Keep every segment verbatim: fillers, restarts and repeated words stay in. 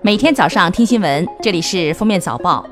每天早上听新闻，这里是封面早报。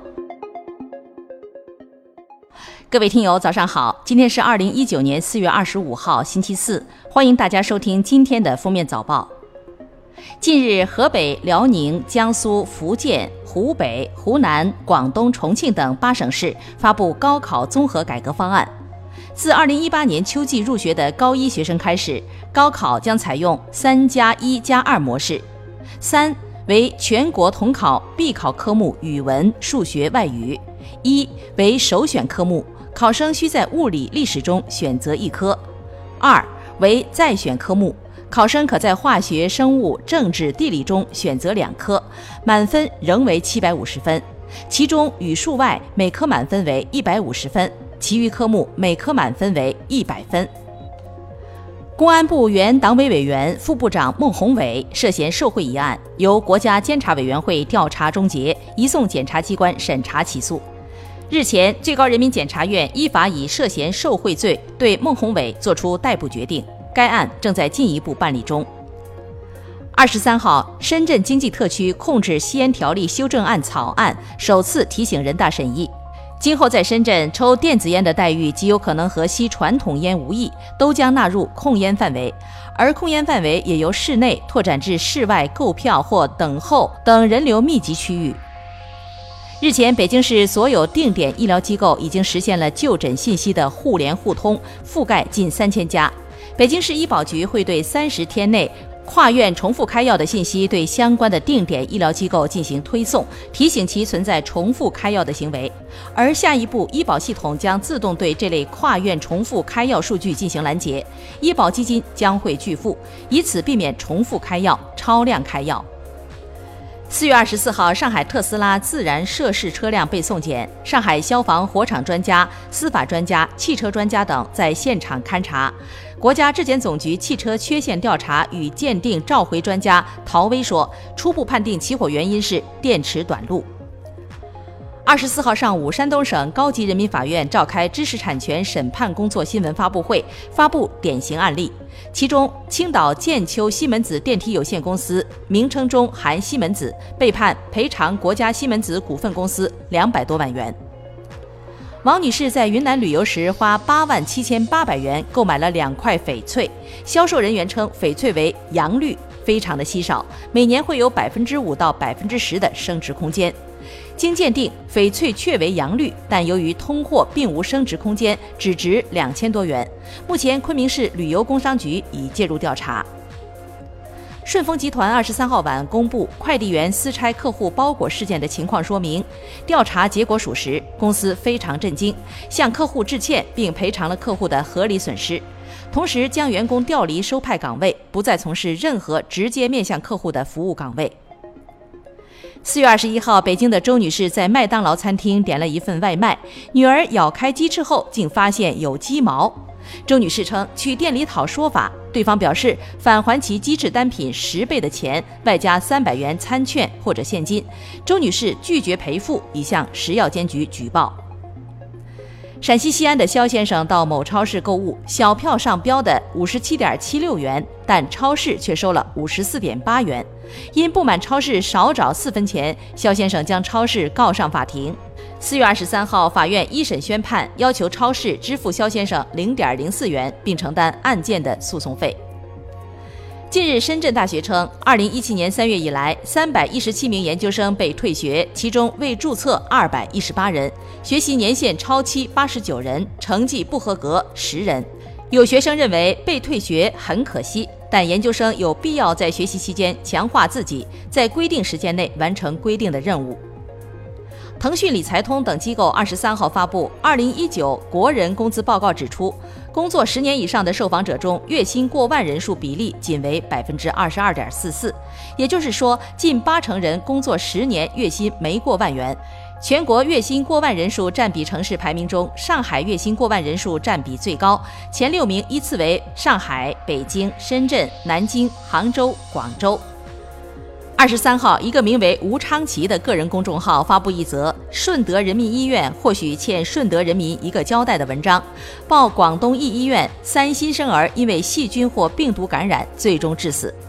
各位听友早上好，今天是二零一九年四月二十五号星期四，欢迎大家收听今天的封面早报。近日，河北、辽宁、江苏、福建、湖北、湖南、广东、重庆等八省市发布高考综合改革方案。自二零一八年秋季入学的高一学生开始，高考将采用三加一加二模式。三为全国统考必考科目语文、数学、外语；一为首选科目，考生需在物理、历史中选择一科；二为再选科目，考生可在化学、生物、政治、地理中选择两科，满分仍为七百五十分，其中语数外每科满分为一百五十分，其余科目每科满分为一百分。公安部原党委委员、副部长孟宏伟涉嫌受贿一案，由国家监察委员会调查终结，移送检察机关审查起诉。日前，最高人民检察院依法以涉嫌受贿罪对孟宏伟作出逮捕决定，该案正在进一步办理中。二十三号，深圳经济特区控制吸烟条例修正案草案首次提请人大审议。今后在深圳抽电子烟的待遇极有可能和吸传统烟无异，都将纳入控烟范围，而控烟范围也由室内拓展至室外购票或等候等人流密集区域。日前，北京市所有定点医疗机构已经实现了就诊信息的互联互通，覆盖近三千家。北京市医保局会对三十天内跨院重复开药的信息对相关的定点医疗机构进行推送，提醒其存在重复开药的行为。而下一步，医保系统将自动对这类跨院重复开药数据进行拦截，医保基金将会拒付，以此避免重复开药、超量开药。四月二十四号，上海特斯拉自燃涉事车辆被送检，上海消防火场专家、司法专家、汽车专家等在现场勘查。国家质检总局汽车缺陷调查与鉴定召回专家陶威说，初步判定起火原因是电池短路。二十四号上午，山东省高级人民法院召开知识产权审判工作新闻发布会，发布典型案例。其中，青岛建丘西门子电梯有限公司名称中含西门子，被判赔偿国家西门子股份公司两百多万元。王女士在云南旅游时花八万七千八百元购买了两块翡翠，销售人员称翡翠为阳绿，非常的稀少，每年会有百分之五到百分之十的升值空间。经鉴定，翡翠确为阳绿，但由于通货并无升值空间，只值两千多元。目前，昆明市旅游工商局已介入调查。顺丰集团二十三号晚公布快递员私拆客户包裹事件的情况说明，调查结果属实，公司非常震惊，向客户致歉并赔偿了客户的合理损失，同时将员工调离收派岗位，不再从事任何直接面向客户的服务岗位。四月二十一号，北京的周女士在麦当劳餐厅点了一份外卖，女儿咬开鸡翅后竟发现有鸡毛。周女士称去店里讨说法，对方表示返还其鸡翅单品十倍的钱，外加三百元餐券或者现金。周女士拒绝赔付，已向食药监局举报。陕西西安的肖先生到某超市购物，小票上标的五十七点七六元，但超市却收了五十四点八元。因不满超市少找四分钱，肖先生将超市告上法庭。四月二十三号，法院一审宣判，要求超市支付肖先生零点零四元，并承担案件的诉讼费。近日，深圳大学称，二零一七年三月以来，三百一十七名研究生被退学，其中未注册二百一十八人，学习年限超期八十九人，成绩不合格十人。有学生认为被退学很可惜，但研究生有必要在学习期间强化自己，在规定时间内完成规定的任务。腾讯、理财通等机构二十三号发布二零一九国人工资报告，指出，工作十年以上的受访者中，月薪过万人数比例仅为百分之二十二点四四，也就是说，近八成人工作十年月薪没过万元。全国月薪过万人数占比城市排名中，上海月薪过万人数占比最高，前六名依次为上海、北京、深圳、南京、杭州、广州。二十三号，一个名为吴昌奇的个人公众号发布一则顺德人民医院或许欠顺德人民一个交代的文章，报广东一医院三新生儿因为细菌或病毒感染最终致死。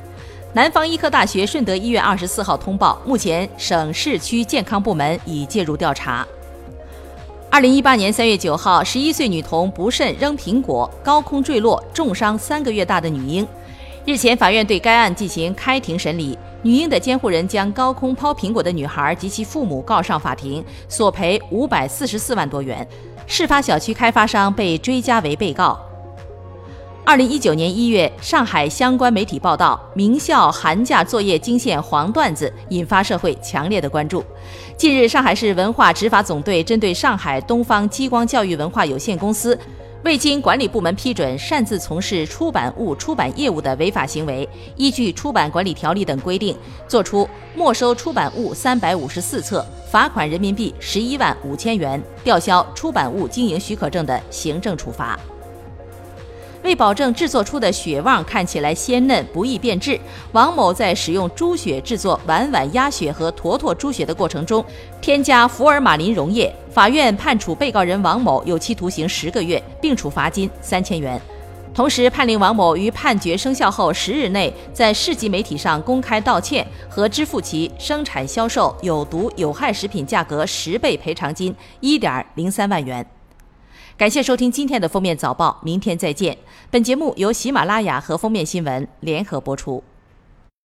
南方医科大学顺德医院二十四号通报，目前省市区健康部门已介入调查。二零一八年三月九号，十一岁女童不慎扔苹果，高空坠落，重伤三个月大的女婴。日前，法院对该案进行开庭审理。女婴的监护人将高空抛苹果的女孩及其父母告上法庭，索赔五百四十四万多元。事发小区开发商被追加为被告。二零一九年一月，上海相关媒体报道，名校寒假作业惊现黄段子，引发社会强烈的关注。近日，上海市文化执法总队针对上海东方激光教育文化有限公司未经管理部门批准擅自从事出版物出版业务的违法行为，依据出版管理条例等规定，作出没收出版物三百五十四册、罚款人民币十一万五千元、吊销出版物经营许可证的行政处罚。为保证制作出的血旺看起来鲜嫩不易变质，王某在使用猪血制作碗碗鸭血和坨坨猪血的过程中添加福尔马林溶液，法院判处被告人王某有期徒刑十个月，并处罚金三千元。同时判令王某于判决生效后十日内在市级媒体上公开道歉和支付其生产销售有毒有害食品价格十倍赔偿金一点零三万元。感谢收听今天的封面早报，明天再见。本节目由喜马拉雅和封面新闻联合播出。